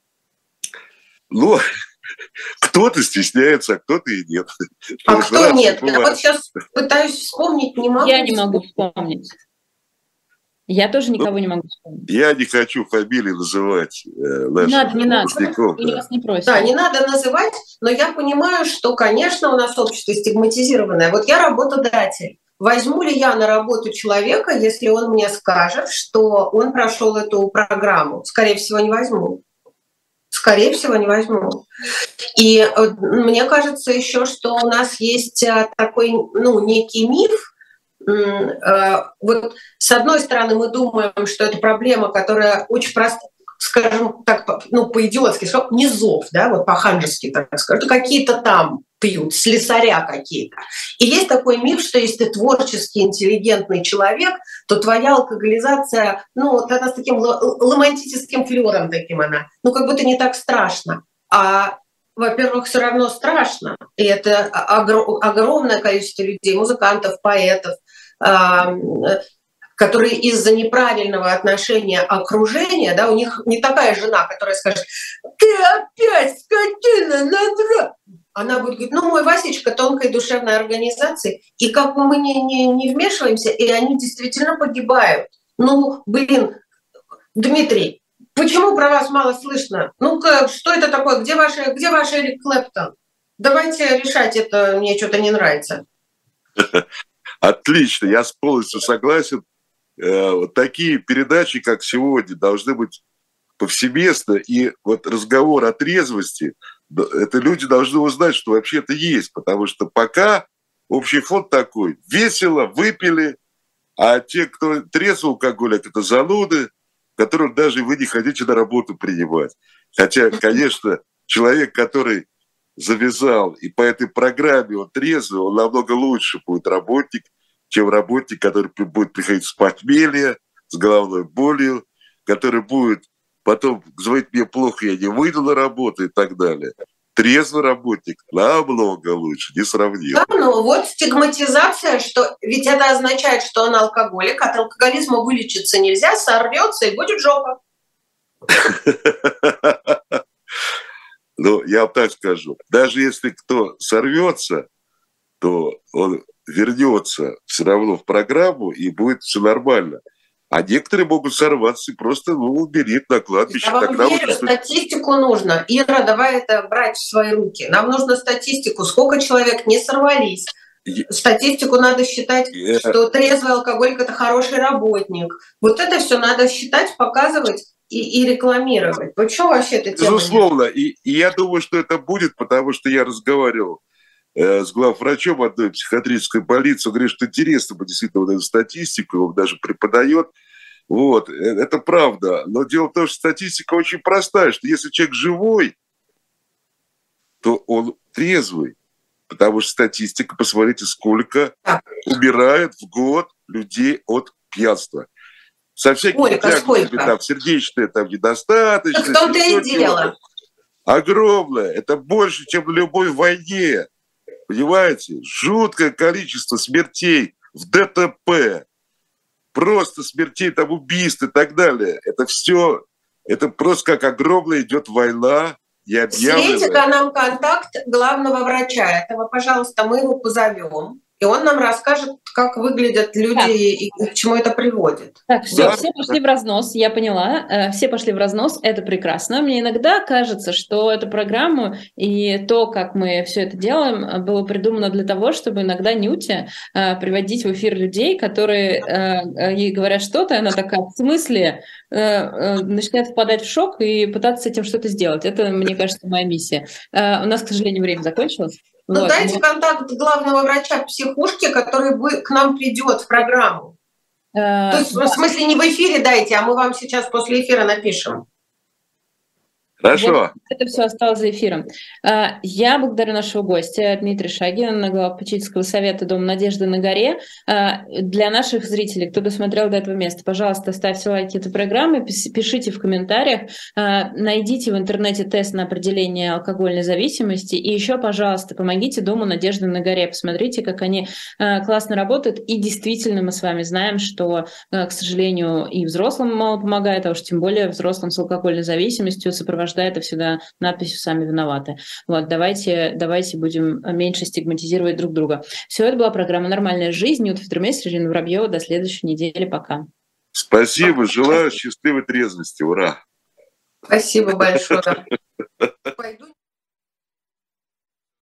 Кто-то стесняется, а кто-то и нет. А кто нет? Я вот сейчас пытаюсь вспомнить, не могу. Я не могу вспомнить. Я тоже никого не могу вспомнить. Я не хочу фамилии называть наших выпускников. Не вас не просят. Да, не надо называть, но я понимаю, что, конечно, у нас общество стигматизированное. Вот я работодатель. возьму ли я на работу человека, если он мне скажет, что он прошел эту программу? Скорее всего, не возьму. Скорее всего, не возьму. И мне кажется еще, что у нас есть такой, некий миф. Вот с одной стороны, мы думаем, что это проблема, которая очень проста, скажем так, по-идиотски, низов, да, вот по-ханжески, так скажем, какие-то там пьют, слесаря какие-то. И есть такой миф, что если ты творческий, интеллигентный человек, то твоя алкоголизация, она с таким романтическим флёром таким она, как будто не так страшно. А, во-первых, все равно страшно. И это огромное количество людей, музыкантов, поэтов, которые из-за неправильного отношения окружения, да, у них не такая жена, которая скажет: «Ты опять, скотина, надра!» Она будет говорить: мой Васечка тонкой душевной организации, и как бы мы не вмешиваемся, и они действительно погибают. Дмитрий, почему про вас мало слышно? Ну-ка, что это такое? Где ваш Эрик Клэптон? Давайте решать это, мне что-то не нравится. Отлично, я полностью согласен. Вот такие передачи, как сегодня, должны быть повсеместно. И вот разговор о трезвости, это люди должны узнать, что вообще это есть. Потому что пока общий фон такой: весело, выпили, а те, кто трезвый алкоголик, это зануды, которых даже вы не хотите на работу принимать. Хотя, конечно, человек, который завязал, и по этой программе он трезвый, он намного лучше будет работник, чем работник, который будет приходить с похмелья, с головной болью, который будет потом говорить: мне плохо, я не выйду на работу и так далее. Трезвый работник намного лучше, несравнимо. Да, вот стигматизация, что ведь это означает, что он алкоголик, от алкоголизма вылечиться нельзя, сорвется и будет жопа. Я вам так скажу, даже если кто сорвется, то он вернется все равно в программу, и будет все нормально. А некоторые могут сорваться и просто уберет на кладбище. Я вам верю, статистику нужно. Ира, давай это брать в свои руки. Нам нужно статистику, сколько человек не сорвались. Статистику надо считать, что трезвый алкоголик – это хороший работник. Вот это все надо считать, показывать и рекламировать. Вот что вообще эта тема? Безусловно. И я думаю, что это будет, потому что я разговаривал с главврачом одной психиатрической больницы. Он говорит, что интересно действительно вот эту статистику, он даже преподает. Вот, это правда. Но дело в том, что статистика очень простая, что если человек живой, то он трезвый. Потому что статистика, посмотрите, сколько умирает в год людей от пьянства. Со всякими диагнозами, там, сердечная там, недостаточность. В том-то и дело. Огромное. Это больше, чем в любой войне. Понимаете? Жуткое количество смертей в ДТП. Просто смертей, там, убийств и так далее. Это все, это просто как огромная идет война. Слейте-ка нам контакт главного врача этого, пожалуйста, мы его позовем. И он нам расскажет, как выглядят люди и к чему это приводит. Так, все пошли в разнос, я поняла. Все пошли в разнос, это прекрасно. Мне иногда кажется, что эту программу и то, как мы все это делаем, было придумано для того, чтобы иногда Нюте приводить в эфир людей, которые ей говорят что-то, и она такая: в смысле? Начинает впадать в шок и пытаться с этим что-то сделать. Это, мне кажется, моя миссия. У нас, к сожалению, время закончилось. Ну, дайте контакт главного врача психушки, который к нам придет в программу. То есть, в смысле, не в эфире дайте, а мы вам сейчас после эфира напишем. Хорошо. Вот это все осталось за эфиром. Я благодарю нашего гостя Дмитрия Шагина, глава попечительского совета Дома Надежды на горе. Для наших зрителей, кто досмотрел до этого места, пожалуйста, ставьте лайки этой программы, пишите в комментариях, найдите в интернете тест на определение алкогольной зависимости, и еще, пожалуйста, помогите Дому Надежды на горе, посмотрите, как они классно работают, и действительно мы с вами знаем, что, к сожалению, и взрослым мало помогает, а уж тем более взрослым с алкогольной зависимостью сопровождает это всегда надписью «Сами виноваты». Вот, давайте будем меньше стигматизировать друг друга. Все, это была программа «Нормальная жизнь». Нюта Федермейстер, Ирина Воробьева. До следующей недели. Пока. Спасибо. Желаю счастливой трезвости. Ура! Спасибо большое.